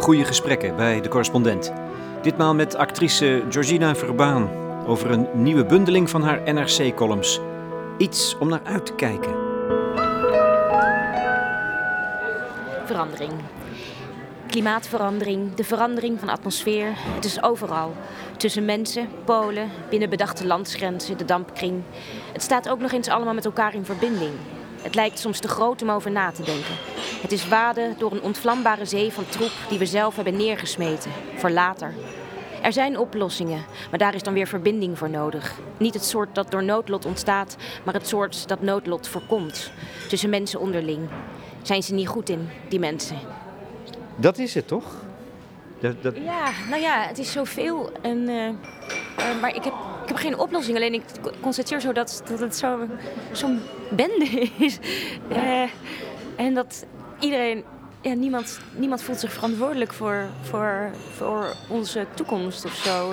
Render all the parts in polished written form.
Goeie gesprekken bij De Correspondent. Ditmaal met actrice Georgina Verbaan over een nieuwe bundeling van haar NRC-columns. Iets om naar uit te kijken. Verandering. Klimaatverandering, de verandering van atmosfeer. Het is overal. Tussen mensen, polen, binnen bedachte landsgrenzen, de dampkring. Het staat ook nog eens allemaal met elkaar in verbinding. Het lijkt soms te groot om over na te denken. Het is waden door een ontvlambare zee van troep die we zelf hebben neergesmeten. Voor later. Er zijn oplossingen, maar daar is dan weer verbinding voor nodig. Niet het soort dat door noodlot ontstaat, maar het soort dat noodlot voorkomt. Tussen mensen onderling. Zijn ze niet goed in, die mensen? Dat is het, toch? Ja, nou ja, het is zoveel. Maar ik heb geen oplossing. Alleen ik constateer zo dat het zo'n bende is. En dat iedereen... Ja, niemand voelt zich verantwoordelijk voor onze toekomst of zo.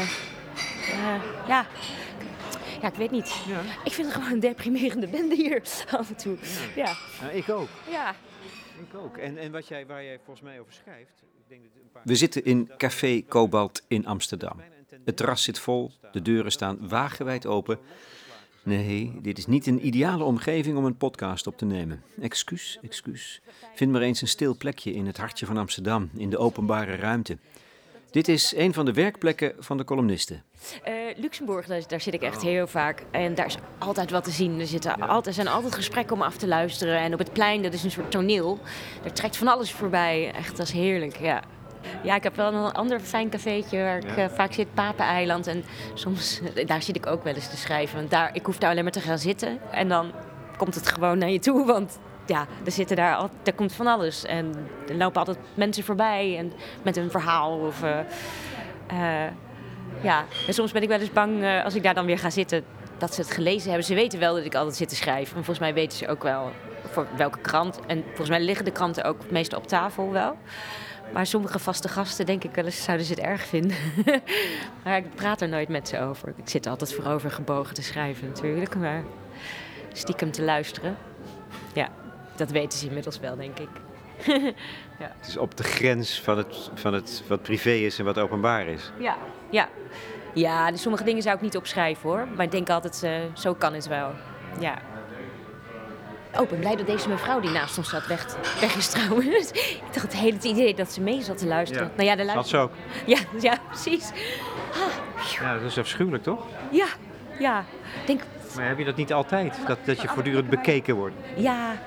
Ja, ik weet niet. Ja. Ik vind het gewoon een deprimerende bende hier af en toe. Ja. Nou, ik ook. Ja. Ik ook. En waar jij volgens mij over schrijft... We zitten in Café Cobalt in Amsterdam. Het terras zit vol, de deuren staan wagenwijd open. Nee, dit is niet een ideale omgeving om een podcast op te nemen. Excuus. Vind maar eens een stil plekje in het hartje van Amsterdam, in de openbare ruimte. Dit is een van de werkplekken van de columnisten. Luxemburg, daar zit ik echt heel vaak. En daar is altijd wat te zien. Er zijn altijd gesprekken om af te luisteren. En op het plein, dat is een soort toneel. Er trekt van alles voorbij. Echt, dat is heerlijk, ja. Ja, ik heb wel een ander fijn cafeetje waar ik vaak zit, Papeneiland. En soms, daar zit ik ook wel eens te schrijven. Want ik hoef daar alleen maar te gaan zitten. En dan komt het gewoon naar je toe, want... Ja, daar komt van alles. En er lopen altijd mensen voorbij en met een verhaal. En soms ben ik wel eens bang als ik daar dan weer ga zitten dat ze het gelezen hebben. Ze weten wel dat ik altijd zit te schrijven. En volgens mij weten ze ook wel voor welke krant. En volgens mij liggen de kranten ook meestal op tafel wel. Maar sommige vaste gasten, denk ik wel eens, zouden ze het erg vinden. Maar ik praat er nooit met ze over. Ik zit altijd voorover gebogen te schrijven natuurlijk. Maar stiekem te luisteren. Ja. Dat weten ze inmiddels wel, denk ik. Ja. Het is op de grens van het wat privé is en wat openbaar is. Ja, dus sommige dingen zou ik niet opschrijven, hoor. Maar ik denk altijd, zo kan het wel. Ja. Oh, ik ben blij dat deze mevrouw die naast ons zat weg is trouwens. Ik dacht het hele idee dat ze mee zat te luisteren. Ja. Nou ja, dat ze ook. Ja, precies. Ja, dat is afschuwelijk, toch? Ja. Maar heb je dat niet altijd? Dat je voortdurend bekeken wordt? Ja.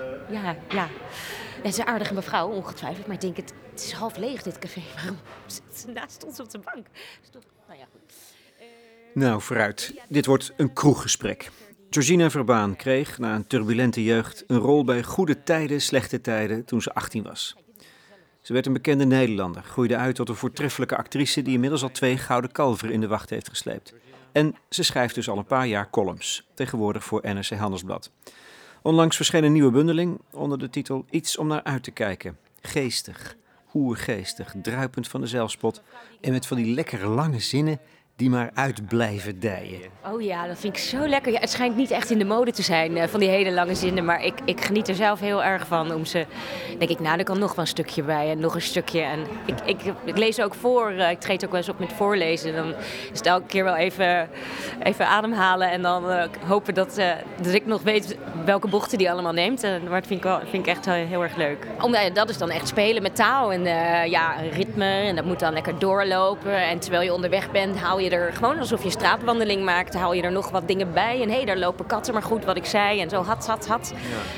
Het is een aardige mevrouw, ongetwijfeld. Maar ik denk, het is half leeg, dit café. Waarom zit ze naast ons op de bank? Nou ja, goed. Nou, vooruit. Dit wordt een kroeggesprek. Georgina Verbaan kreeg, na een turbulente jeugd, een rol bij goede tijden, slechte tijden, toen ze 18 was. Ze werd een bekende Nederlander, groeide uit tot een voortreffelijke actrice die inmiddels al 2 gouden kalveren in de wacht heeft gesleept. En ze schrijft dus al een paar jaar columns, tegenwoordig voor NRC Handelsblad. Onlangs verscheen een nieuwe bundeling onder de titel Iets om naar uit te kijken. Geestig, oergeestig, druipend van de zelfspot en met van die lekkere lange zinnen die maar uit blijven dijen. Oh ja, dat vind ik zo lekker. Ja, het schijnt niet echt in de mode te zijn van die hele lange zinnen, maar ik geniet er zelf heel erg van. Om ze, denk ik, er kan nog wel een stukje bij en nog een stukje. En ik lees ook voor, ik treed ook wel eens op met voorlezen. Dan is het elke keer wel even ademhalen en dan hopen dat ik nog weet welke bochten die allemaal neemt. Maar dat vind ik echt heel erg leuk. Dat is dan echt spelen met taal en een ritme en dat moet dan lekker doorlopen. En terwijl je onderweg bent, haal je er gewoon alsof je straatwandeling maakt, haal je er nog wat dingen bij. En daar lopen katten, maar goed wat ik zei. En zo had.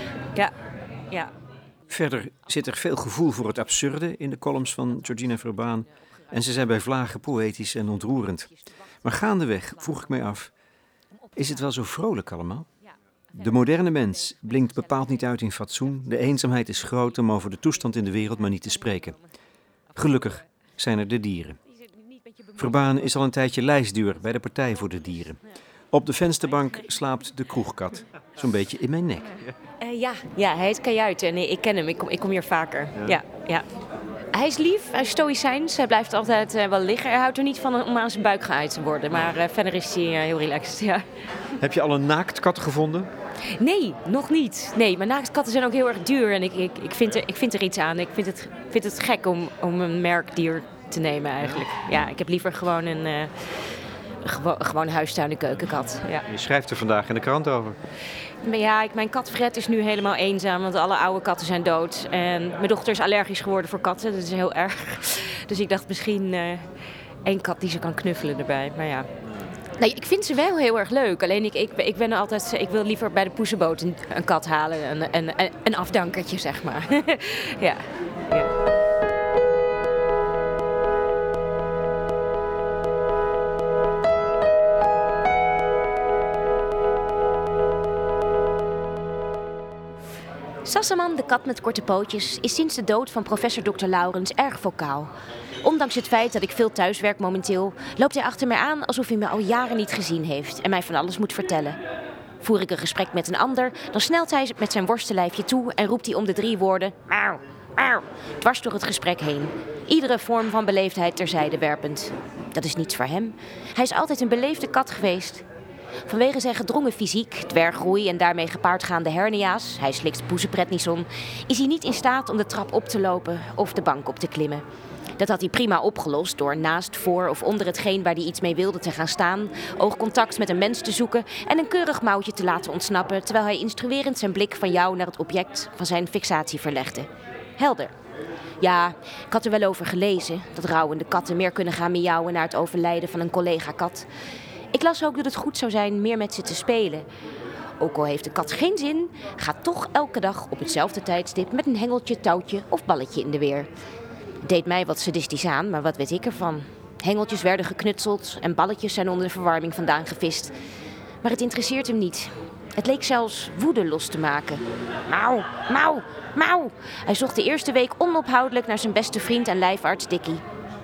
Ja. Verder zit er veel gevoel voor het absurde in de columns van Georgina Verbaan. En ze zijn bij vlagen poëtisch en ontroerend. Maar gaandeweg vroeg ik mij af, is het wel zo vrolijk allemaal? De moderne mens blinkt bepaald niet uit in fatsoen. De eenzaamheid is groot om over de toestand in de wereld maar niet te spreken. Gelukkig zijn er de dieren. Verbaan is al een tijdje lijstduur bij de Partij voor de Dieren. Op de vensterbank slaapt de kroegkat, zo'n beetje in mijn nek. Ja, hij heet Kajuit en ik ken hem, ik kom hier vaker. Ja. Hij is lief, hij is stoïcijns, hij blijft altijd wel liggen. Hij houdt er niet van om aan zijn buik geaaid te worden, maar verder is hij heel relaxed, ja. Heb je al een naaktkat gevonden? Nee, nog niet. Nee, maar naaktkatten zijn ook heel erg duur. En ik vind er iets aan. Ik vind het gek om een merkdier te nemen eigenlijk. Ja, ik heb liever gewoon een gewoon huistuin- en keukenkat. Ja. Je schrijft er vandaag in de krant over. Maar ja, mijn kat Fred is nu helemaal eenzaam, want alle oude katten zijn dood. En mijn dochter is allergisch geworden voor katten, dat is heel erg. Dus ik dacht misschien één kat die ze kan knuffelen erbij, maar ja. Nee, ik vind ze wel heel erg leuk. Alleen ik ben altijd, ik wil liever bij de poesenboot een kat halen. Een afdankertje, zeg maar. Ja. Sassaman, de kat met korte pootjes, is sinds de dood van professor Dr. Laurens erg vocaal. Ondanks het feit dat ik veel thuiswerk momenteel, loopt hij achter mij aan alsof hij me al jaren niet gezien heeft en mij van alles moet vertellen. Voer ik een gesprek met een ander, dan snelt hij met zijn worstenlijfje toe en roept hij om de 3 woorden "Miauw, miauw", dwars door het gesprek heen. Iedere vorm van beleefdheid terzijde werpend. Dat is niets voor hem. Hij is altijd een beleefde kat geweest. Vanwege zijn gedrongen fysiek, dwerggroei en daarmee gepaardgaande hernia's, hij slikt poesenprednison, is hij niet in staat om de trap op te lopen of de bank op te klimmen. Dat had hij prima opgelost door naast, voor of onder hetgeen waar hij iets mee wilde te gaan staan, oogcontact met een mens te zoeken en een keurig mouwtje te laten ontsnappen, terwijl hij instruerend zijn blik van jou naar het object van zijn fixatie verlegde. Helder. Ja, ik had er wel over gelezen, dat rouwende katten meer kunnen gaan miauwen naar het overlijden van een collega-kat. Ik las ook dat het goed zou zijn meer met ze te spelen. Ook al heeft de kat geen zin, gaat toch elke dag op hetzelfde tijdstip met een hengeltje, touwtje of balletje in de weer. Het deed mij wat sadistisch aan, maar wat weet ik ervan? Hengeltjes werden geknutseld en balletjes zijn onder de verwarming vandaan gevist. Maar het interesseert hem niet. Het leek zelfs woede los te maken. Mauw, mauw, mauw. Hij zocht de eerste week onophoudelijk naar zijn beste vriend en lijfarts Dickie.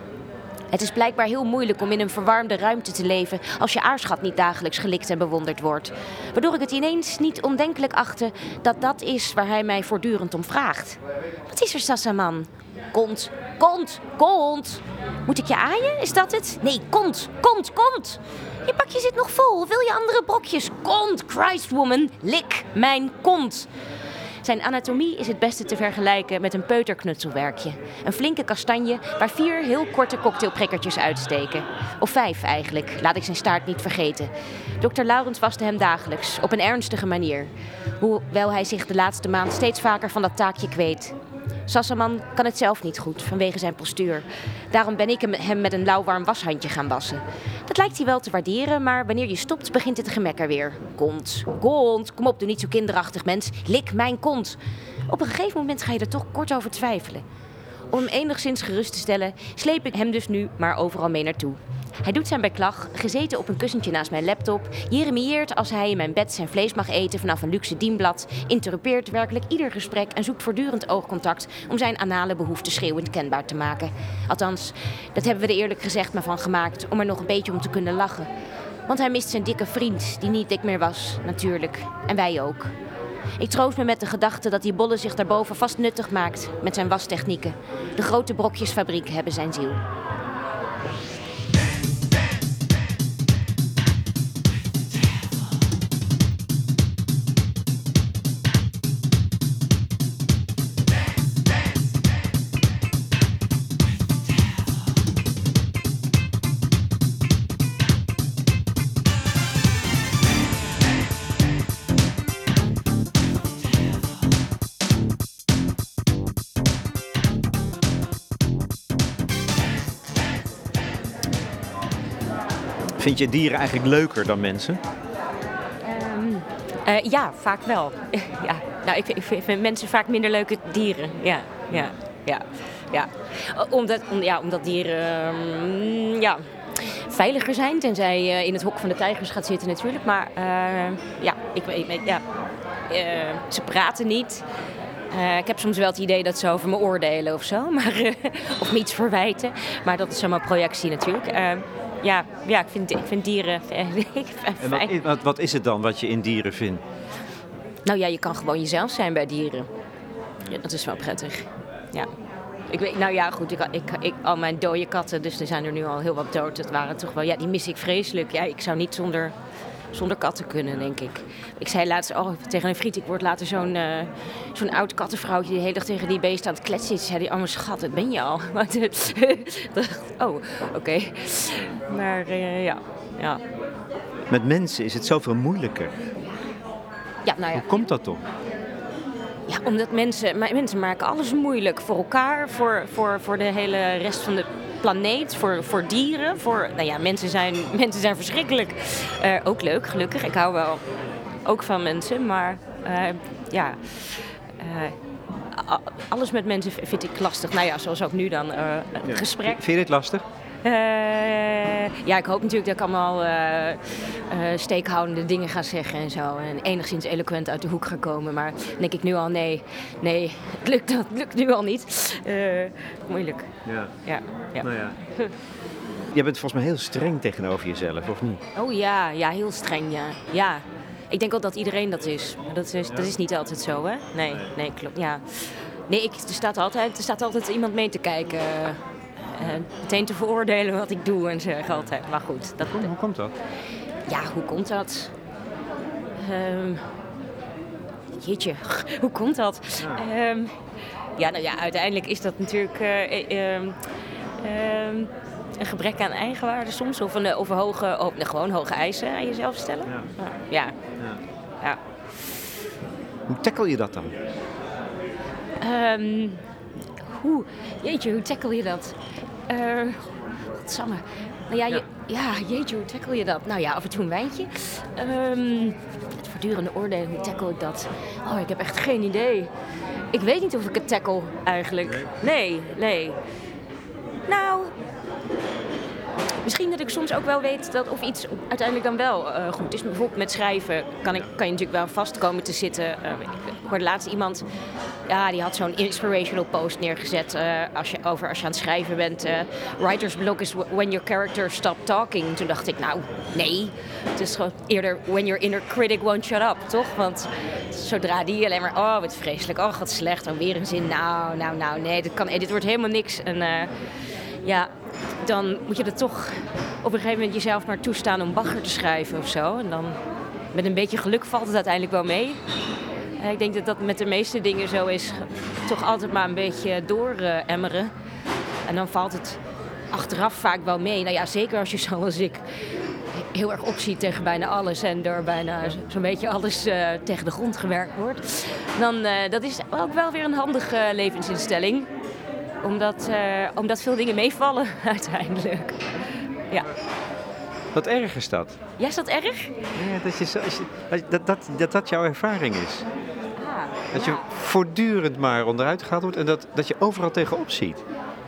Het is blijkbaar heel moeilijk om in een verwarmde ruimte te leven als je aarschat niet dagelijks gelikt en bewonderd wordt. Waardoor ik het ineens niet ondenkelijk achtte dat dat is waar hij mij voortdurend om vraagt. Wat is er, Sassaman? Kont, kont, kont. Moet ik je aaien? Is dat het? Nee, kont, kont, kont. Je bakje zit nog vol. Wil je andere brokjes? Kont, Christ woman, lik mijn kont. Zijn anatomie is het beste te vergelijken met een peuterknutselwerkje. Een flinke kastanje waar 4 heel korte cocktailprikkertjes uitsteken. Of 5 eigenlijk, laat ik zijn staart niet vergeten. Dr. Laurens waste hem dagelijks, op een ernstige manier. Hoewel hij zich de laatste maand steeds vaker van dat taakje kweet. Sassaman kan het zelf niet goed, vanwege zijn postuur. Daarom ben ik hem met een lauwwarm washandje gaan wassen. Dat lijkt hij wel te waarderen, maar wanneer je stopt, begint het gemekker weer. Kont, kont, kom op, doe niet zo kinderachtig, mens. Lik mijn kont. Op een gegeven moment ga je er toch kort over twijfelen. Om hem enigszins gerust te stellen, sleep ik hem dus nu maar overal mee naartoe. Hij doet zijn beklag, gezeten op een kussentje naast mijn laptop, jeremieert als hij in mijn bed zijn vlees mag eten vanaf een luxe dienblad, interrupeert werkelijk ieder gesprek en zoekt voortdurend oogcontact om zijn anale behoefte schreeuwend kenbaar te maken. Althans, dat hebben we er eerlijk gezegd maar van gemaakt om er nog een beetje om te kunnen lachen. Want hij mist zijn dikke vriend, die niet dik meer was, natuurlijk. En wij ook. Ik troost me met de gedachte dat die bolle zich daarboven vast nuttig maakt met zijn wastechnieken. De grote brokjesfabriek hebben zijn ziel. Vind je dieren eigenlijk leuker dan mensen? Ja, vaak wel. Ja. Nou, ik vind mensen vaak minder leuke dieren. Ja. Omdat dieren veiliger zijn, tenzij je in het hok van de tijgers gaat zitten natuurlijk. Maar ze praten niet. Ik heb soms wel het idee dat ze over me oordelen of zo, maar, of me iets verwijten. Maar dat is zomaar projectie natuurlijk. Ik vind dieren fijn. En wat is het dan wat je in dieren vindt? Nou ja, je kan gewoon jezelf zijn bij dieren. Ja, dat is wel prettig. Ja. Al mijn dode katten, dus er zijn er nu al heel wat dood. Dat waren toch wel, die mis ik vreselijk. Ja, ik zou niet zonder zonder katten kunnen, denk ik. Ik zei laatst tegen een vriend, ik word later zo'n oud kattenvrouwtje die de hele dag tegen die beest aan het kletsen is. Zei die, mijn schat, dat ben je al. Oké. Maar ja. Met mensen is het zoveel moeilijker. Ja, nou ja. Hoe komt dat toch? Ja, omdat mensen maken alles moeilijk voor elkaar, voor de hele rest van de planeet, voor dieren. Mensen zijn verschrikkelijk. Ook leuk, gelukkig. Ik hou wel ook van mensen, maar alles met mensen vind ik lastig. Nou ja, zoals ook nu dan gesprek. Vind je dit lastig? Ik hoop natuurlijk dat ik allemaal steekhoudende dingen ga zeggen en zo. En enigszins eloquent uit de hoek ga komen. Maar dan denk ik nu al, nee, het lukt nu al niet. Moeilijk. Ja. Nou ja. Je bent volgens mij heel streng tegenover jezelf, of niet? Oh ja, heel streng, ja. Ik denk wel dat iedereen dat is. Maar dat is niet altijd zo, hè? Nee, klopt, ja. Nee, er staat altijd iemand mee te kijken. Meteen te veroordelen wat ik doe en zeg altijd. Maar goed. Hoe komt dat? Ja, hoe komt dat? Jeetje, hoe komt dat? Uiteindelijk is dat natuurlijk een gebrek aan eigenwaarde soms. Of gewoon hoge eisen aan jezelf stellen. Ja. Hoe tackle je dat dan? Hoe tackle je dat? Godsamme. Jeetje, hoe tackle je dat? Nou ja, af en toe een wijntje. Het voortdurende oordelen, hoe tackle ik dat? Ik heb echt geen idee. Ik weet niet of ik het tackle eigenlijk. Nee. Nou, misschien dat ik soms ook wel weet dat of iets uiteindelijk dan wel goed is. Bijvoorbeeld met schrijven kan je natuurlijk wel vast komen te zitten. Ik hoorde laatst iemand, die had zo'n inspirational post neergezet als je aan het schrijven bent. Writer's block is when your character stop talking. Toen dacht ik, nou, nee. Het is gewoon eerder when your inner critic won't shut up, toch? Want zodra die alleen maar, wat vreselijk, wat slecht, dan weer een zin. Nou, nee, dit wordt helemaal niks. En dan moet je er toch op een gegeven moment jezelf maar toestaan om bagger te schrijven of zo. En dan met een beetje geluk valt het uiteindelijk wel mee. Ik denk dat dat met de meeste dingen zo is. Toch altijd maar een beetje dooremmeren. En dan valt het achteraf vaak wel mee. Nou ja, zeker als je zoals ik heel erg opziet tegen bijna alles. En door bijna zo'n beetje alles tegen de grond gewerkt wordt. Dan dat is ook wel weer een handige levensinstelling. Omdat veel dingen meevallen uiteindelijk. Ja. Wat erg is dat? Ja, is dat erg? Ja, dat jouw ervaring is. Dat je voortdurend maar onderuit gehaald wordt en dat je overal tegenop ziet.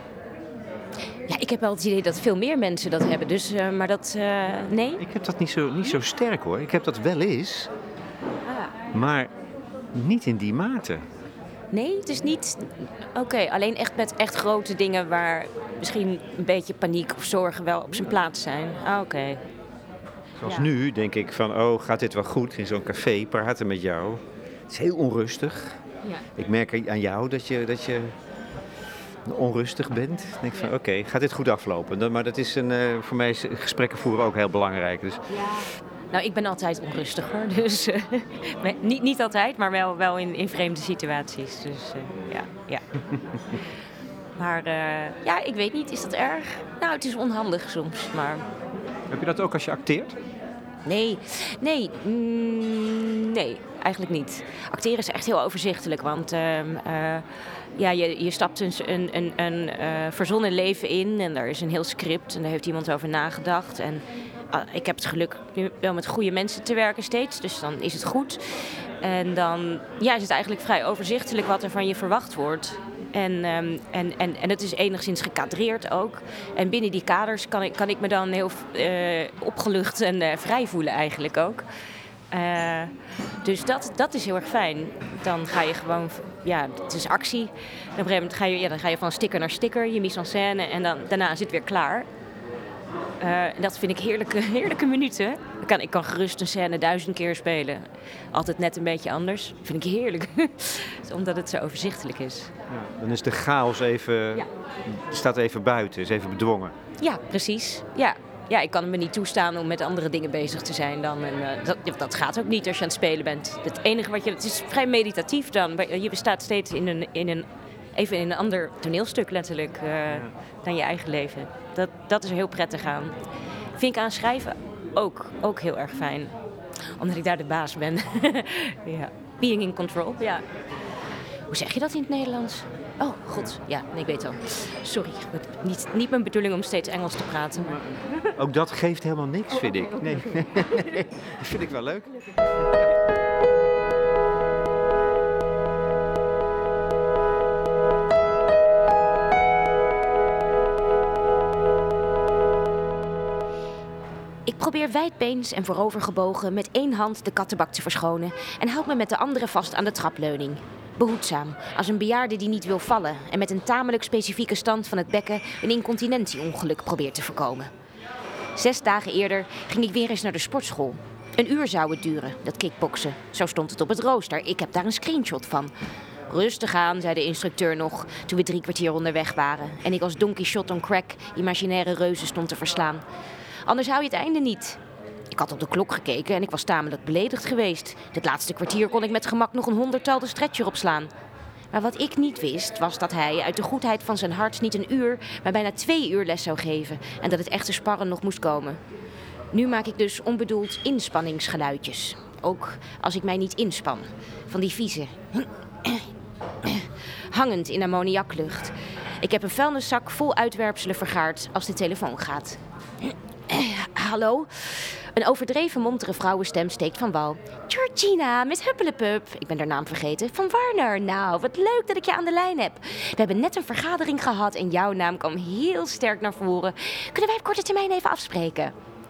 Ja, ik heb wel het idee dat veel meer mensen dat hebben. Dus, maar dat, nee? Ik heb dat niet zo sterk hoor. Ik heb dat wel eens. Maar niet in die mate. Nee, het is niet... Oké, alleen echt met echt grote dingen waar misschien een beetje paniek of zorgen wel op zijn plaats zijn. Oké. Zoals nu denk ik van, gaat dit wel goed in zo'n café, praten met jou. Het is heel onrustig. Ja. Ik merk aan jou dat je onrustig bent. Dan denk ik van, oké, gaat dit goed aflopen? Maar dat is voor mij is gesprekken voeren ook heel belangrijk. Dus... Ja. Nou, ik ben altijd onrustig hoor. Dus niet altijd, maar wel in vreemde situaties. Dus ja. Maar ik weet niet, is dat erg? Nou, het is onhandig soms, maar... Heb je dat ook als je acteert? Nee, eigenlijk niet. Acteren is echt heel overzichtelijk, want je stapt een verzonnen leven in en er is een heel script en daar heeft iemand over nagedacht. En ik heb het geluk nu wel met goede mensen te werken steeds, dus dan is het goed. En dan is het eigenlijk vrij overzichtelijk wat er van je verwacht wordt. En het is enigszins gekadreerd ook. En binnen die kaders kan ik me dan heel opgelucht en vrij voelen eigenlijk ook. Dus dat is heel erg fijn. Dan ga je gewoon, het is actie. En op een gegeven moment ga je van sticker naar sticker, je mise en scène. En daarna is het weer klaar. En dat vind ik heerlijke minuten. Ik kan gerust een scène 1000 keer spelen. Altijd net een beetje anders. Dat vind ik heerlijk. Omdat het zo overzichtelijk is. Ja, dan is de chaos staat even buiten, is even bedwongen. Ja, precies. Ja. ja, ik kan me niet toestaan om met andere dingen bezig te zijn dan. En dat gaat ook niet als je aan het spelen bent. Het enige het is vrij meditatief dan. Je bestaat steeds even in een ander toneelstuk letterlijk dan je eigen leven. Dat is er heel prettig aan. Vind ik aan schrijven ook heel erg fijn. Omdat ik daar de baas ben. Ja. Being in control, ja. Hoe zeg je dat in het Nederlands? Oh, god. Ja, nee, ik weet wel. Sorry, niet mijn bedoeling om steeds Engels te praten. Maar... Ook dat geeft helemaal niks, vind ik. Nee. Dat vind ik wel leuk. Ik probeer wijdbeens en voorovergebogen met één hand de kattenbak te verschonen en houd me met de andere vast aan de trapleuning. Behoedzaam, als een bejaarde die niet wil vallen en met een tamelijk specifieke stand van het bekken een incontinentieongeluk probeert te voorkomen. 6 dagen eerder ging ik weer eens naar de sportschool. 1 uur zou het duren, dat kickboksen. Zo stond het op het rooster. Ik heb daar een screenshot van. Rustig aan, zei de instructeur nog, toen we 3 kwartier onderweg waren. En ik als Don Quixote on crack imaginaire reuzen stond te verslaan. Anders hou je het einde niet. Ik had op de klok gekeken en ik was tamelijk beledigd geweest. Het laatste kwartier kon ik met gemak nog een 100-tal de stretcher opslaan. Maar wat ik niet wist, was dat hij uit de goedheid van zijn hart niet 1 uur, maar bijna 2 uur les zou geven. En dat het echte sparren nog moest komen. Nu maak ik dus onbedoeld inspanningsgeluidjes. Ook als ik mij niet inspan. Van die vieze. Hangend in ammoniaklucht. Ik heb een vuilniszak vol uitwerpselen vergaard als de telefoon gaat. Hallo? Een overdreven montere vrouwenstem steekt van wal. Georgina, Miss Huppelepup. Ik ben haar naam vergeten. Van Warner. Nou, wat leuk dat ik je aan de lijn heb. We hebben net een vergadering gehad en jouw naam kwam heel sterk naar voren. Kunnen wij op korte termijn even afspreken?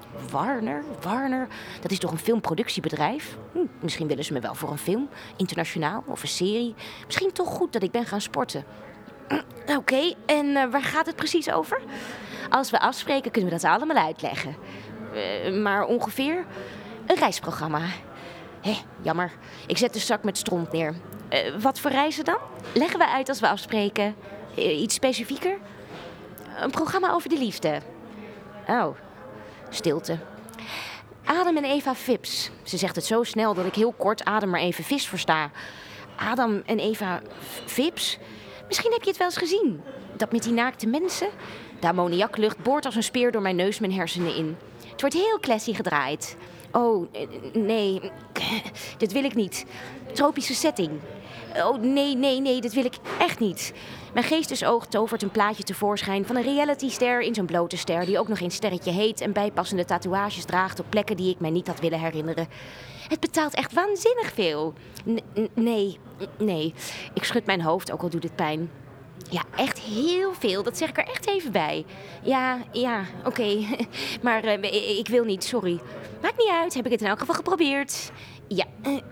Warner? Dat is toch een filmproductiebedrijf? Misschien willen ze me wel voor een film. Internationaal of een serie. Misschien toch goed dat ik ben gaan sporten. Oké, en waar gaat het precies over? Als we afspreken kunnen we dat allemaal uitleggen. Maar ongeveer een reisprogramma. Jammer. Ik zet de zak met stront neer. Wat voor reizen dan? Leggen we uit als we afspreken. Iets specifieker? Een programma over de liefde. Oh, stilte. Adam en Eva Vips. Ze zegt het zo snel dat ik heel kort Adam maar even vis versta. Adam en Eva Vips? Misschien heb je het wel eens gezien. Dat met die naakte mensen. De ammoniaklucht boort als een speer door mijn neus mijn hersenen in. Het wordt heel classy gedraaid. Oh, nee. Dit wil ik niet. Tropische setting. Oh, nee, dit wil ik echt niet. Mijn geestesoog tovert een plaatje tevoorschijn van een realityster in zo'n blote ster die ook nog eens sterretje heet en bijpassende tatoeages draagt op plekken die ik mij niet had willen herinneren. Het betaalt echt waanzinnig veel. Nee. Ik schud mijn hoofd, ook al doet het pijn. Ja, echt heel veel. Dat zeg ik er echt even bij. Ja, oké. Maar ik wil niet, sorry. Maakt niet uit, heb ik het in elk geval geprobeerd. Ja,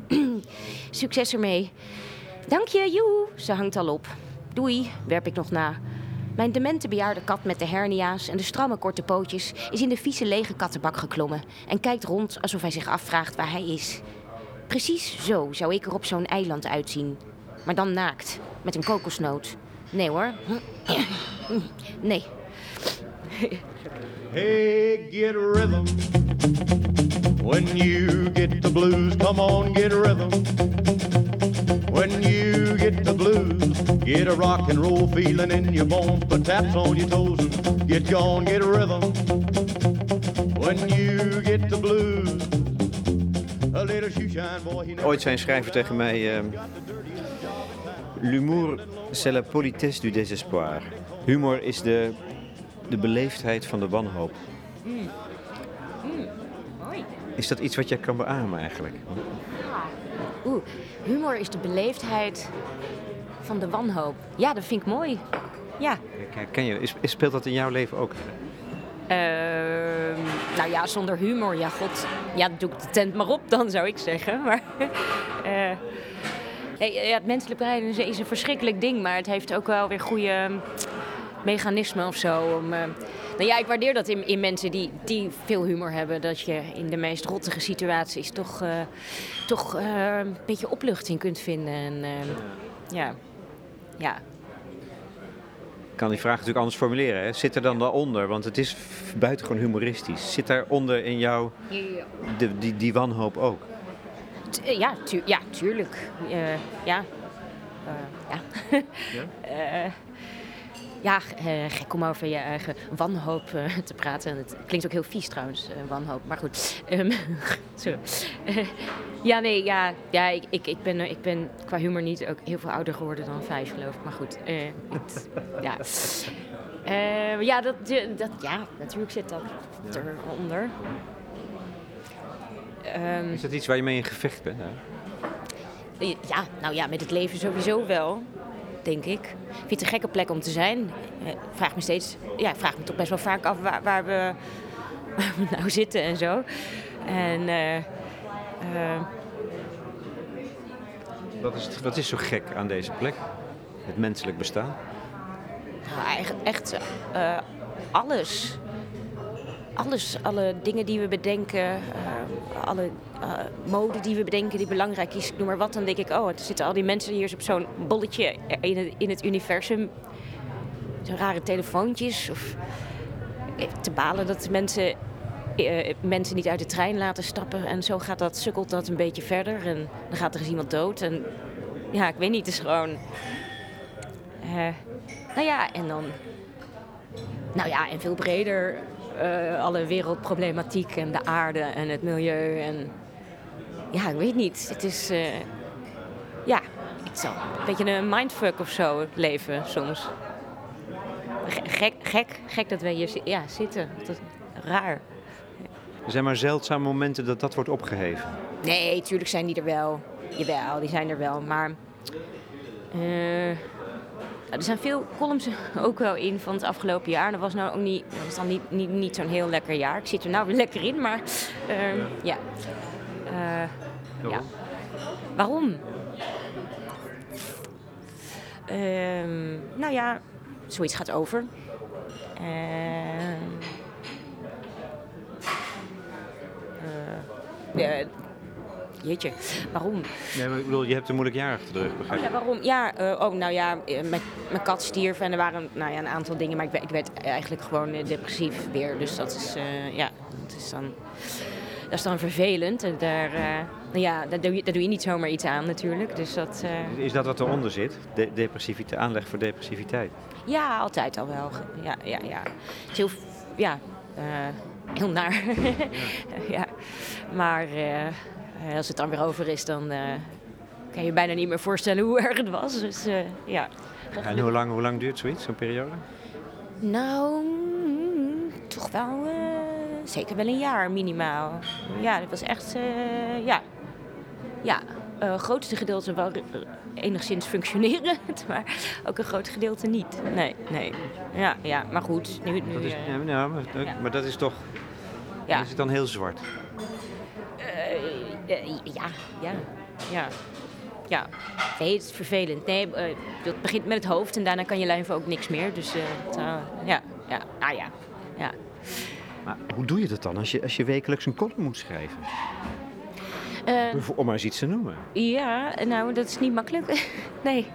succes ermee. Dank je, joe. Ze hangt al op. Doei, werp ik nog na. Mijn demente bejaarde kat met de hernia's en de stramme korte pootjes is in de vieze lege kattenbak geklommen en kijkt rond alsof hij zich afvraagt waar hij is. Precies zo zou ik er op zo'n eiland uitzien. Maar dan naakt, met een kokosnoot. Nee hoor. Nee. Hey, get rhythm. When you get the blues, come on, get rhythm. When you get the blues, get a rock and roll feeling in your bones, put taps on your toes and get gone, get rhythm. When you get the blues, a little shoeshine boy. Ooit zei een schrijver tegen mij... L'humour, c'est la politesse du désespoir. Humor is de beleefdheid van de wanhoop. Mooi. Is dat iets wat jij kan beamen eigenlijk? Humor is de beleefdheid van de wanhoop. Ja, dat vind ik mooi. Ja. Ken je, speelt dat in jouw leven ook? Nou ja, zonder humor, ja god. Ja, doe ik de tent maar op dan, zou ik zeggen. Maar het menselijk brein is een verschrikkelijk ding, maar het heeft ook wel weer goede mechanismen of zo. Nou ja, ik waardeer dat in mensen die veel humor hebben, dat je in de meest rottige situaties toch een beetje opluchting kunt vinden. En, ja. kan die vraag natuurlijk anders formuleren. Hè? Zit er dan daaronder, want het is buitengewoon humoristisch. Zit daaronder in jou die wanhoop ook? Tuurlijk. Ja. Gek om over je eigen wanhoop te praten. Het klinkt ook heel vies trouwens, wanhoop. Maar goed. Zo. Ik ben qua humor niet ook heel veel ouder geworden dan 5, geloof ik. Maar goed. Natuurlijk zit dat eronder. Is dat iets waar je mee in gevecht bent? Hè? Met het leven sowieso wel, denk ik. Ik vind het een gekke plek om te zijn. Ik vraag me toch best wel vaak af waar we nou zitten en zo. En Wat is zo gek aan deze plek? Het menselijk bestaan? Echt alles. Alles, alle dingen die we bedenken, alle mode die we bedenken die belangrijk is, noem maar wat, dan denk ik, er zitten al die mensen hier op zo'n bolletje in het universum. Zo'n rare telefoontjes. Of te balen dat mensen niet uit de trein laten stappen. En zo sukkelt dat een beetje verder. En dan gaat er eens iemand dood. En ja, ik weet niet, het is gewoon... en dan... en veel breder... alle wereldproblematiek en de aarde en het milieu en... Ja, ik weet niet. Het is... het is al een beetje een mindfuck of zo, het leven soms. Gek dat wij hier zitten. Dat is raar. Er zijn maar zeldzame momenten dat wordt opgeheven. Nee, tuurlijk zijn die er wel. Jawel, die zijn er wel. Maar... er zijn veel columns ook wel in van het afgelopen jaar. Dat was nou ook niet zo'n heel lekker jaar. Ik zit er nou weer lekker in, maar Waarom? Zoiets gaat over. Jeetje, waarom? Nee, maar ik bedoel, je hebt een moeilijk jaar achter de rug, begrijp je? Waarom? Mijn kat stierf en er waren een aantal dingen, maar ik werd eigenlijk gewoon depressief weer. Dus dat is dan vervelend. En daar doe je niet zomaar iets aan natuurlijk. Dus dat, Is dat wat eronder zit? Depressiviteit, aanleg voor depressiviteit? Ja, altijd al wel. Ja. Het is heel naar. Ja. Maar als het dan weer over is, dan kan je je bijna niet meer voorstellen hoe erg het was. Dus En hoe lang duurt zoiets, zo'n periode? Nou, toch wel zeker wel een jaar minimaal. Ja, dat was echt, het grootste gedeelte wel enigszins functionerend, maar ook een groot gedeelte niet. Nee. Ja, maar goed. Maar dat is toch... Ja. Is het dan heel zwart? Ja. Nee, het is vervelend. Nee, dat begint met het hoofd en daarna kan je lijf ook niks meer. Dus ja. Maar hoe doe je dat dan als je wekelijks een column moet schrijven? Om maar eens iets te noemen. Ja, nou, dat is niet makkelijk. Nee.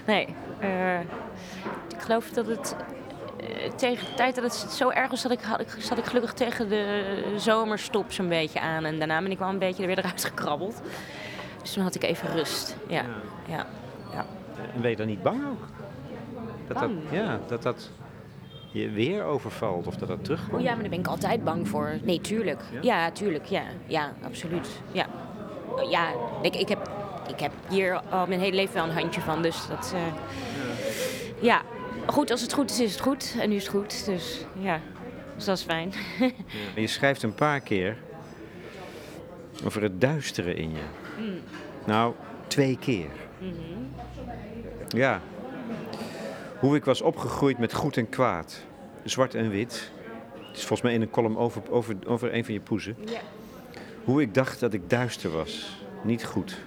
Ik geloof dat het... tegen de tijd dat het zo erg was, zat ik gelukkig tegen de zomerstop zo'n beetje aan. En daarna ben ik wel een beetje er weer eruit gekrabbeld. Dus toen had ik even rust. Ja. En ben je dan niet bang ook? Dat je weer overvalt of dat terugkomt? Oh ja, maar daar ben ik altijd bang voor. Nee, tuurlijk. Ja, tuurlijk. Ja, absoluut. Ja. Ik heb hier al mijn hele leven wel een handje van, dus dat... Ja. Goed, als het goed is het goed. En nu is het goed. Dus dat is fijn. Je schrijft een paar keer over het duistere in je. Nou, 2 keer. Mm-hmm. Ja. Hoe ik was opgegroeid met goed en kwaad. Zwart en wit. Het is volgens mij in een column over een van je poezen. Ja. Hoe ik dacht dat ik duister was. Niet goed.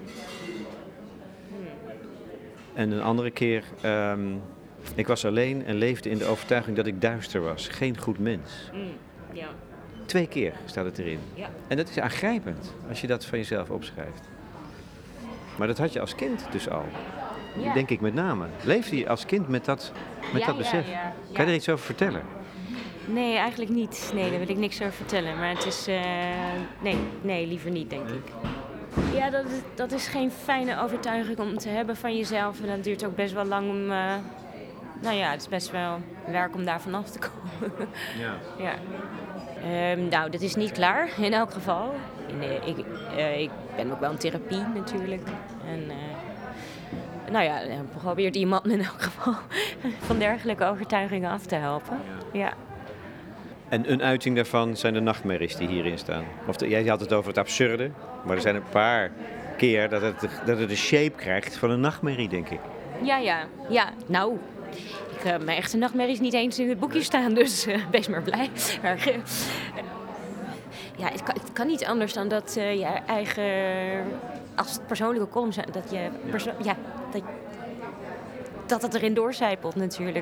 En een andere keer... ik was alleen en leefde in de overtuiging dat ik duister was. Geen goed mens. Ja. 2 keer staat het erin. Ja. En dat is aangrijpend als je dat van jezelf opschrijft. Maar dat had je als kind dus al. Ja. denk ik met name. Leefde je als kind met dat besef? Ja. Kan je er iets over vertellen? Nee, eigenlijk niet. Nee, daar wil ik niks over vertellen. Maar het is... nee, liever niet, denk ik. Ja, dat is geen fijne overtuiging om te hebben van jezelf. En dat duurt ook best wel lang om... het is best wel werk om daar vanaf te komen. Ja. Nou, dat is niet klaar, in elk geval. Ik ben ook wel in therapie natuurlijk. En probeert iemand in elk geval van dergelijke overtuigingen af te helpen. Ja. En een uiting daarvan zijn de nachtmerries die hierin staan. Jij had het over het absurde, maar er zijn een paar keer dat het de shape krijgt van een nachtmerrie, denk ik. Ja. Nou, mijn echte nachtmerries niet eens in het boekje staan, dus wees maar blij. Het kan niet anders dan dat je eigen, als het persoonlijke column zijn, dat het erin doorcijpelt natuurlijk.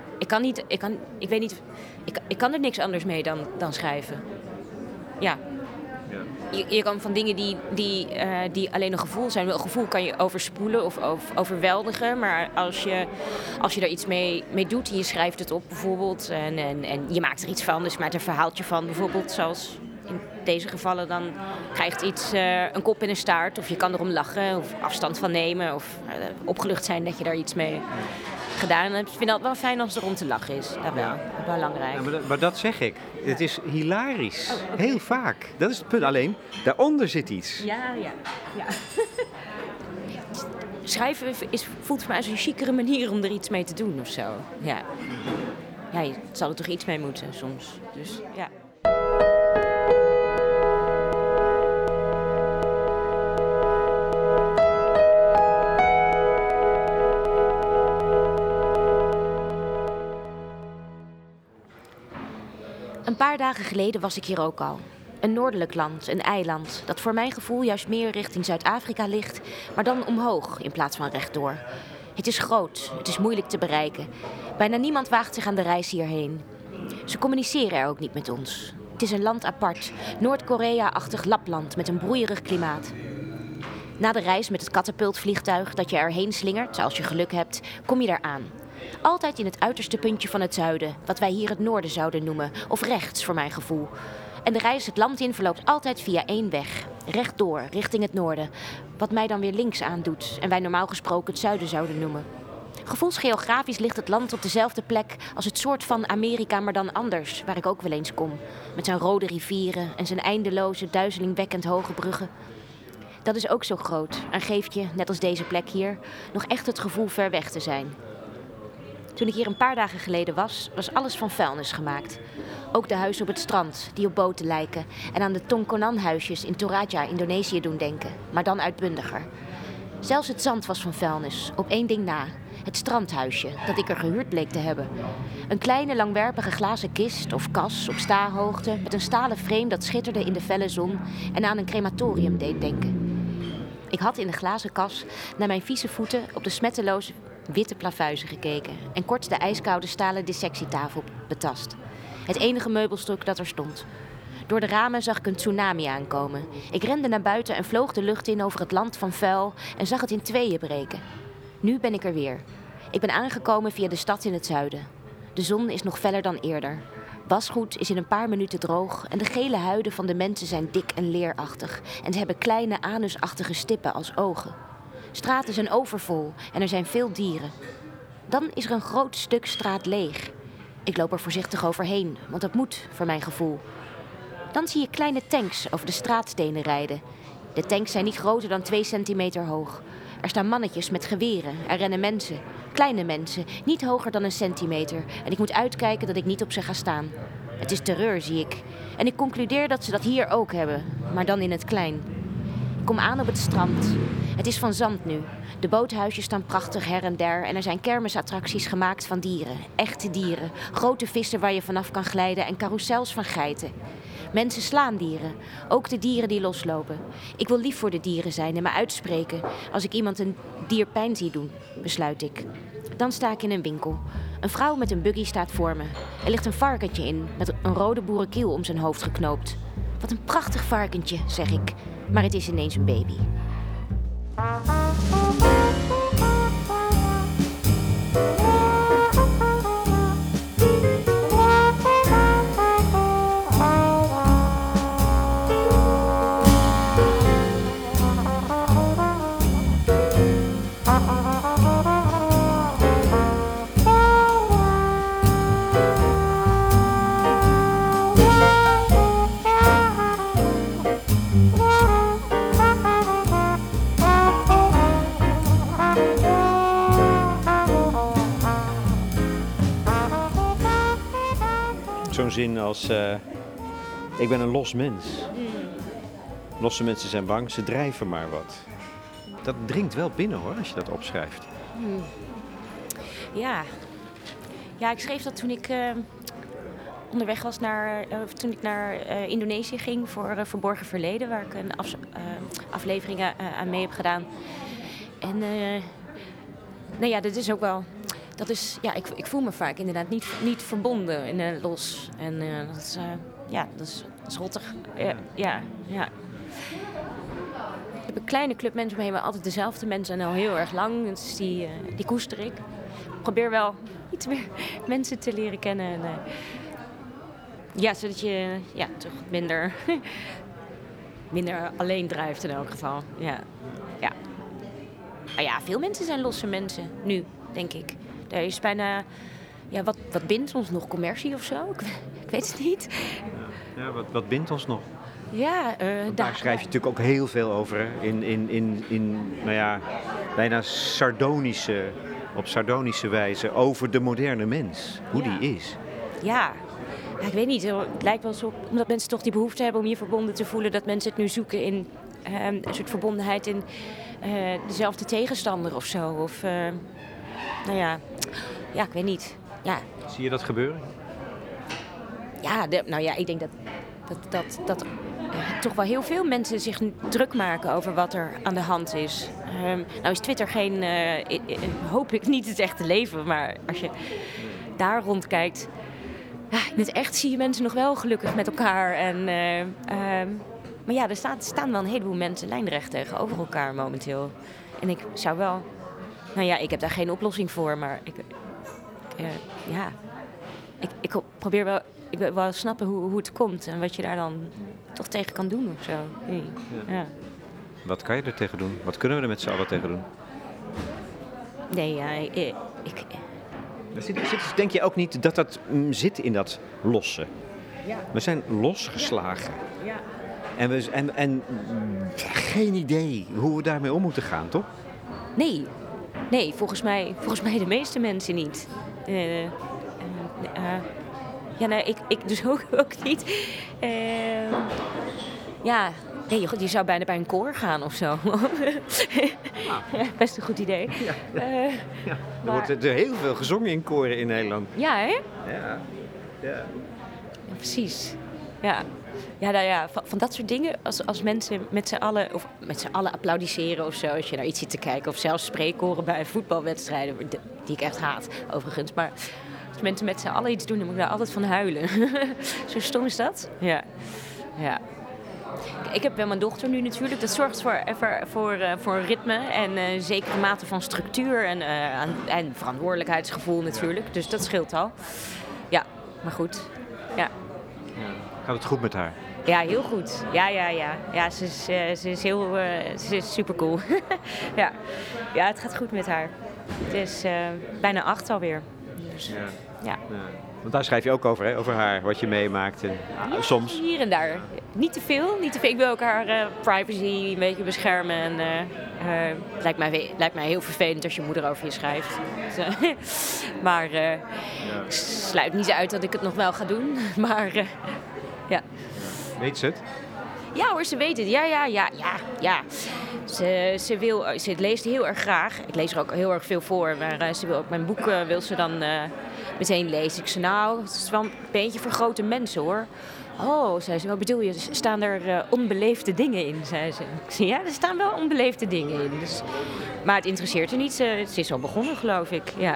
Ik kan er niks anders mee dan schrijven. Ja. Je kan van dingen die alleen een gevoel zijn. Een gevoel kan je overspoelen of overweldigen. Maar als je er iets mee doet en je schrijft het op bijvoorbeeld. En je maakt er iets van, dus je maakt er een verhaaltje van. Bijvoorbeeld zoals in deze gevallen dan krijgt iets een kop en een staart. Of je kan erom lachen of afstand van nemen. Of opgelucht zijn dat je daar iets mee gedaan hebt. Ik vind het wel fijn als er om te lachen is. Dat wel. Belangrijk. Ja, maar dat zeg ik. Het is hilarisch. Okay. Heel vaak. Dat is het punt. Alleen, daaronder zit iets. Ja. Schrijven voelt voor mij als een chicere manier om er iets mee te doen of zo. Ja, je zal er toch iets mee moeten soms. Dus ja. Een paar dagen geleden was ik hier ook al. Een noordelijk land, een eiland, dat voor mijn gevoel juist meer richting Zuid-Afrika ligt, maar dan omhoog in plaats van rechtdoor. Het is groot, het is moeilijk te bereiken. Bijna niemand waagt zich aan de reis hierheen. Ze communiceren er ook niet met ons. Het is een land apart, Noord-Korea-achtig Lapland met een broeierig klimaat. Na de reis met het katapultvliegtuig dat je erheen slingert, als je geluk hebt, kom je daar aan. Altijd in het uiterste puntje van het zuiden, wat wij hier het noorden zouden noemen, of rechts voor mijn gevoel. En de reis het land in verloopt altijd via één weg, rechtdoor, richting het noorden, wat mij dan weer links aandoet en wij normaal gesproken het zuiden zouden noemen. Gevoelsgeografisch ligt het land op dezelfde plek als het soort van Amerika, maar dan anders, waar ik ook wel eens kom, met zijn rode rivieren en zijn eindeloze, duizelingwekkend hoge bruggen. Dat is ook zo groot en geeft je, net als deze plek hier, nog echt het gevoel ver weg te zijn. Toen ik hier een paar dagen geleden was alles van vuilnis gemaakt. Ook de huizen op het strand, die op boten lijken, en aan de Tongkonan-huisjes in Toraja, Indonesië doen denken, maar dan uitbundiger. Zelfs het zand was van vuilnis, op één ding na. Het strandhuisje, dat ik er gehuurd bleek te hebben. Een kleine, langwerpige glazen kist of kas op staarhoogte met een stalen frame dat schitterde in de felle zon en aan een crematorium deed denken. Ik had in de glazen kas naar mijn vieze voeten op de smetteloze witte plavuizen gekeken en kort de ijskoude stalen dissectietafel betast. Het enige meubelstuk dat er stond. Door de ramen zag ik een tsunami aankomen. Ik rende naar buiten en vloog de lucht in over het land van vuil en zag het in tweeën breken. Nu ben ik er weer. Ik ben aangekomen via de stad in het zuiden. De zon is nog feller dan eerder. Wasgoed is in een paar minuten droog en de gele huiden van de mensen zijn dik en leerachtig en ze hebben kleine anusachtige stippen als ogen. Straten zijn overvol en er zijn veel dieren. Dan is er een groot stuk straat leeg. Ik loop er voorzichtig overheen, want dat moet, voor mijn gevoel. Dan zie je kleine tanks over de straatstenen rijden. De tanks zijn niet groter dan 2 centimeter hoog. Er staan mannetjes met geweren, er rennen mensen. Kleine mensen, niet hoger dan 1 centimeter. En ik moet uitkijken dat ik niet op ze ga staan. Het is terreur, zie ik. En ik concludeer dat ze dat hier ook hebben, maar dan in het klein. Ik kom aan op het strand. Het is van zand nu. De boothuisjes staan prachtig her en der en er zijn kermisattracties gemaakt van dieren. Echte dieren, grote vissen waar je vanaf kan glijden en carousels van geiten. Mensen slaan dieren, ook de dieren die loslopen. Ik wil lief voor de dieren zijn en me uitspreken als ik iemand een dier pijn zie doen, besluit ik. Dan sta ik in een winkel. Een vrouw met een buggy staat voor me. Er ligt een varkentje in, met een rode boerenkiel om zijn hoofd geknoopt. Wat een prachtig varkentje, zeg ik. Maar het is ineens een baby. zo'n zin als... ik ben een los mens. Losse mensen zijn bang, ze drijven maar wat. Dat dringt wel binnen hoor, als je dat opschrijft. Ja. Ja, ik schreef dat toen ik onderweg was toen ik naar Indonesië ging voor Verborgen Verleden, waar ik een aflevering aan mee heb gedaan. En nou ja, dat is ook wel... Dat is, ja, ik voel me vaak inderdaad niet verbonden en los. En dat is rottig. Ja. Ik heb een kleine club mensen omheen, maar altijd dezelfde mensen en al heel erg lang. Dus die koester ik. Ik probeer wel iets meer mensen te leren kennen. En, zodat je toch minder alleen drijft in elk geval. Ja. Nou ja, veel mensen zijn losse mensen nu, denk ik. Er is bijna... Ja, wat bindt ons nog? Commercie of zo? Ik weet het niet. Ja, wat bindt ons nog? Ja, daar schrijf je natuurlijk ook heel veel over. Hè? In nou ja, bijna op sardonische wijze over de moderne mens. Hoe die is. Ja, ik weet niet. Het lijkt wel zo, omdat mensen toch die behoefte hebben om je verbonden te voelen, dat mensen het nu zoeken in een soort verbondenheid in dezelfde tegenstander of zo. Of, nou ja, ik weet niet. Ja. Zie je dat gebeuren? Ja, ik denk dat toch wel heel veel mensen zich druk maken over wat er aan de hand is. Nou is Twitter geen, hoop ik, niet het echte leven, maar als je daar rondkijkt, in het echt zie je mensen nog wel gelukkig met elkaar. En, maar ja, er staan wel een heleboel mensen lijnrecht tegenover elkaar momenteel. En ik zou wel... Nou ja, ik heb daar geen oplossing voor, maar ik probeer wel... Ik wil wel snappen hoe het komt en wat je daar dan toch tegen kan doen of zo. Ja. Wat kan je er tegen doen? Wat kunnen we er met z'n allen tegen doen? Nee, Denk je ook niet dat zit in dat losse? Ja. We zijn losgeslagen. Ja. En geen idee hoe we daarmee om moeten gaan, toch? Nee, volgens mij de meeste mensen niet. Ik dus ook niet. Je zou bijna bij een koor gaan of zo. Best een goed idee. Er wordt er heel veel gezongen in koren in Nederland. Ja, hè? Ja, precies. Ja, van dat soort dingen, als mensen met z'n allen applaudisseren of zo, als je naar iets zit te kijken, of zelfs spreekkoren bij voetbalwedstrijden, die ik echt haat, overigens. Maar als mensen met z'n allen iets doen, dan moet ik daar altijd van huilen. Zo stom is dat? Ja. Ik heb mijn dochter nu natuurlijk. Dat zorgt voor ritme en een zekere mate van structuur en verantwoordelijkheidsgevoel natuurlijk. Dus dat scheelt al. Ja, maar goed. Ja. Gaat het goed met haar? Ja, heel goed. Ja, ze is super cool. Ja, het gaat goed met haar. Het is bijna 8 alweer. Dus, ja. Want daar schrijf je ook over, hè? Over haar, wat je meemaakt. En, soms. Hier en daar. Niet te veel. Ik wil ook haar privacy een beetje beschermen. En het lijkt mij heel vervelend als je moeder over je schrijft. Maar ik sluit niet uit dat ik het nog wel ga doen. Maar ja. Weet ze het? Ja hoor, ze weet het. Ja. Ze leest heel erg graag. Ik lees er ook heel erg veel voor. Maar ze wil ook mijn boek wil ze dan meteen lezen. Ik zei, nou, het is wel een beetje voor grote mensen hoor. Oh, zei ze, wat bedoel je? Staan er onbeleefde dingen in, zei ze. Ik zei, ja, er staan wel onbeleefde dingen in. Dus, maar het interesseert haar niet. Ze is al begonnen, geloof ik. Ja.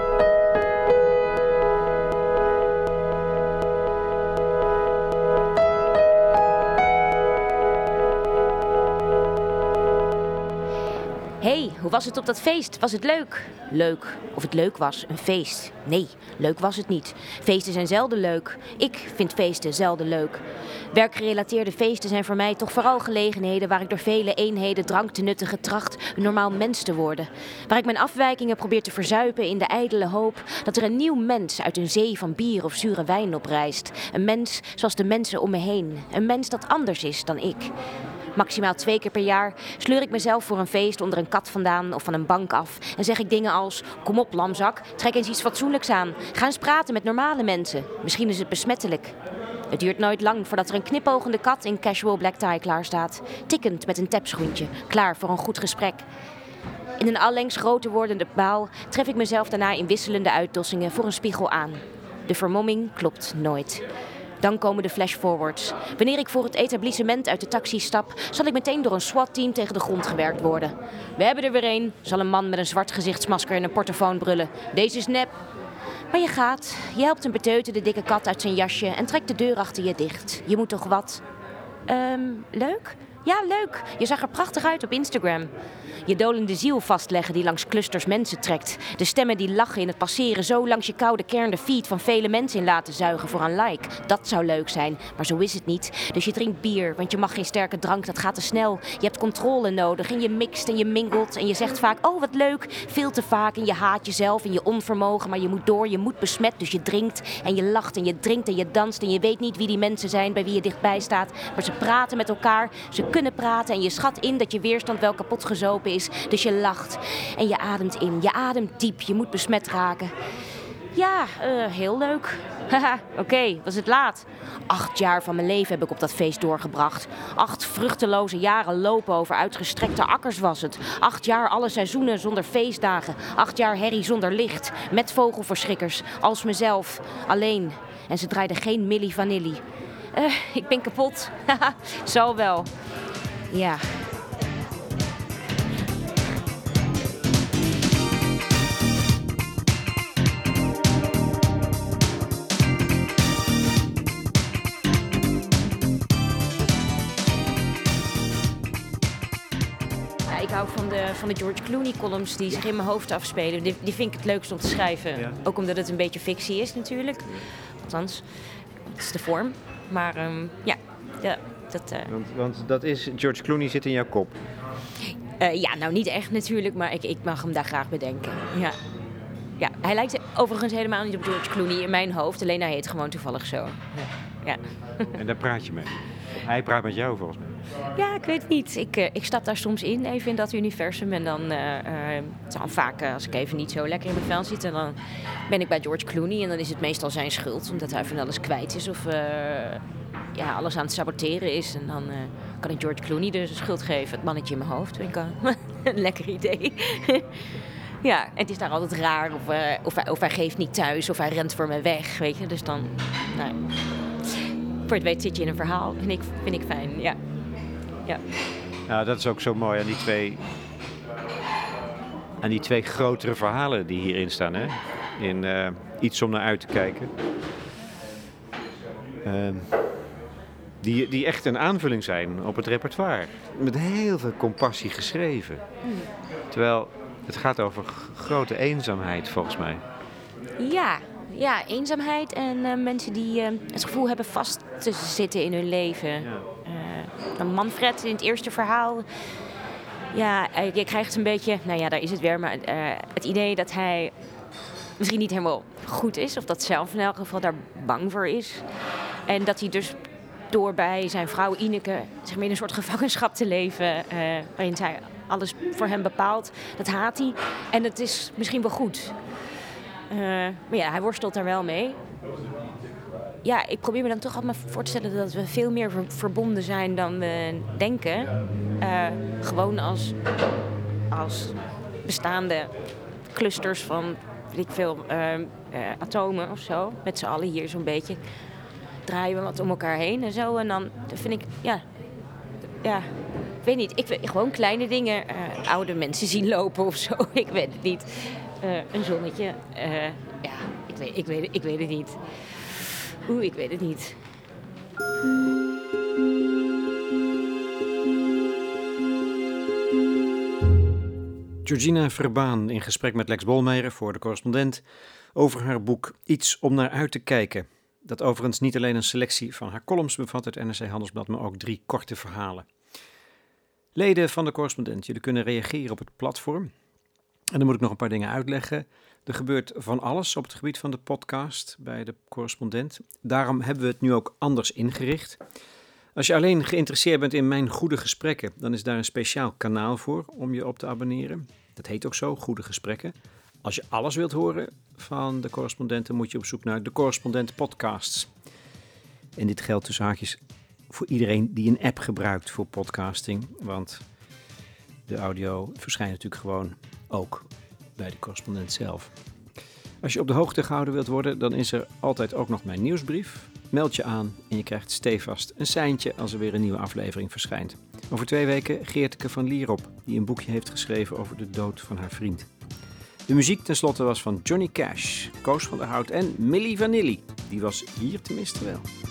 Hey, hoe was het op dat feest? Was het leuk? Leuk. Of het leuk was, een feest. Nee, leuk was het niet. Feesten zijn zelden leuk. Ik vind feesten zelden leuk. Werkgerelateerde feesten zijn voor mij toch vooral gelegenheden waar ik door vele eenheden drank te nuttigen tracht een normaal mens te worden. Waar ik mijn afwijkingen probeer te verzuipen in de ijdele hoop dat er een nieuw mens uit een zee van bier of zure wijn oprijst. Een mens zoals de mensen om me heen. Een mens dat anders is dan ik. Maximaal 2 keer per jaar sleur ik mezelf voor een feest onder een kat vandaan of van een bank af. En zeg ik dingen als, kom op lamzak, trek eens iets fatsoenlijks aan. Ga eens praten met normale mensen. Misschien is het besmettelijk. Het duurt nooit lang voordat er een knipoogende kat in casual black tie klaar staat. Tikkend met een tapschoentje, klaar voor een goed gesprek. In een allengs groter wordende baal tref ik mezelf daarna in wisselende uitdossingen voor een spiegel aan. De vermomming klopt nooit. Dan komen de flashforwards. Wanneer ik voor het etablissement uit de taxi stap, zal ik meteen door een SWAT-team tegen de grond gewerkt worden. We hebben er weer een, zal een man met een zwart gezichtsmasker en een portofoon brullen. Deze is nep. Maar je gaat, je helpt een beteuterde dikke kat uit zijn jasje en trekt de deur achter je dicht. Je moet toch wat? Leuk? Ja, leuk. Je zag er prachtig uit op Instagram. Je dolende ziel vastleggen die langs clusters mensen trekt. De stemmen die lachen in het passeren, zo langs je koude kern de feed van vele mensen in laten zuigen voor een like. Dat zou leuk zijn, maar zo is het niet. Dus je drinkt bier, want je mag geen sterke drank, dat gaat te snel. Je hebt controle nodig en je mixt en je mingelt en je zegt vaak, oh wat leuk, veel te vaak. En je haat jezelf en je onvermogen, maar je moet door, je moet besmet. Dus je drinkt en je lacht en je drinkt en je danst en je weet niet wie die mensen zijn bij wie je dichtbij staat. Maar ze praten met elkaar, ze kunnen praten en je schat in dat je weerstand wel kapot gezopen is. Dus je lacht en je ademt in. Je ademt diep. Je moet besmet raken. Ja, heel leuk. Haha, oké, was het laat. 8 jaar van mijn leven heb ik op dat feest doorgebracht. 8 vruchteloze jaren lopen over uitgestrekte akkers was het. 8 jaar alle seizoenen zonder feestdagen. 8 jaar herrie zonder licht. Met vogelverschrikkers. Als mezelf. Alleen. En ze draaiden geen Milli Vanilli. Ik ben kapot. Haha, zal wel. Ja. Ik hou van de George Clooney columns die zich in mijn hoofd afspelen. Die vind ik het leukst om te schrijven. Ja. Ook omdat het een beetje fictie is natuurlijk. Althans, dat is de vorm. Maar ja, dat... Want dat is, George Clooney zit in jouw kop? Ja, nou niet echt natuurlijk, maar ik mag hem daar graag bedenken. Ja. Ja, hij lijkt overigens helemaal niet op George Clooney in mijn hoofd. Alleen hij heet gewoon toevallig zo. Ja. En daar praat je mee? Hij praat met jou volgens mij. Ja, ik weet het niet. Ik stap daar soms even in dat universum. En dan vaak, als ik even niet zo lekker in mijn vel zit, en dan ben ik bij George Clooney. En dan is het meestal zijn schuld, omdat hij van alles kwijt is of alles aan het saboteren is. En dan kan ik George Clooney de schuld geven. Het mannetje in mijn hoofd, vind ik een lekker idee. Ja, en het is daar altijd raar. Of hij geeft niet thuis, of hij rent voor me weg, weet je. Dus dan, nou, voor het weet zit je in een verhaal. Vind ik fijn, ja. Ja. Nou, dat is ook zo mooi aan die twee grotere verhalen die hierin staan, hè? In Iets om naar uit te kijken. Die echt een aanvulling zijn op het repertoire. Met heel veel compassie geschreven. Terwijl het gaat over grote eenzaamheid, volgens mij. Ja, eenzaamheid en mensen die het gevoel hebben vast te zitten in hun leven. Ja. Manfred in het eerste verhaal. Ja, je krijgt een beetje, nou ja, daar is het weer, maar het idee dat hij misschien niet helemaal goed is. Of dat zelf in elk geval daar bang voor is. En dat hij dus door bij zijn vrouw Ineke zeg maar, in een soort gevangenschap te leven. Waarin zij alles voor hem bepaalt. Dat haat hij. En het is misschien wel goed. Maar ja, hij worstelt daar wel mee. Ja, ik probeer me dan toch altijd voor te stellen dat we veel meer verbonden zijn dan we denken. Gewoon als bestaande clusters van, weet ik veel, atomen of zo. Met z'n allen hier zo'n beetje draaien we wat om elkaar heen en zo. En dan vind ik, ja, ik weet niet. Gewoon kleine dingen, oude mensen zien lopen of zo. Ik weet het niet. Een zonnetje. Ik weet het niet. Ik weet het niet. Georgina Verbaan in gesprek met Lex Bolmeijer voor De Correspondent over haar boek Iets om naar uit te kijken. Dat overigens niet alleen een selectie van haar columns bevat uit NRC Handelsblad, maar ook 3 korte verhalen. Leden van De Correspondent, jullie kunnen reageren op het platform. En dan moet ik nog een paar dingen uitleggen. Er gebeurt van alles op het gebied van de podcast bij De Correspondent. Daarom hebben we het nu ook anders ingericht. Als je alleen geïnteresseerd bent in mijn goede gesprekken, dan is daar een speciaal kanaal voor om je op te abonneren. Dat heet ook zo, Goede Gesprekken. Als je alles wilt horen van De Correspondenten, moet je op zoek naar De Correspondenten Podcasts. En dit geldt tussen haakjes voor iedereen die een app gebruikt voor podcasting. Want de audio verschijnt natuurlijk gewoon ook bij De Correspondent zelf. Als je op de hoogte gehouden wilt worden, dan is er altijd ook nog mijn nieuwsbrief. Meld je aan en je krijgt stevast een seintje als er weer een nieuwe aflevering verschijnt. Over 2 weken Geertke van Lierop, die een boekje heeft geschreven over de dood van haar vriend. De muziek tenslotte was van Johnny Cash, Koos van der Hout en Milli Vanilli. Die was hier tenminste wel.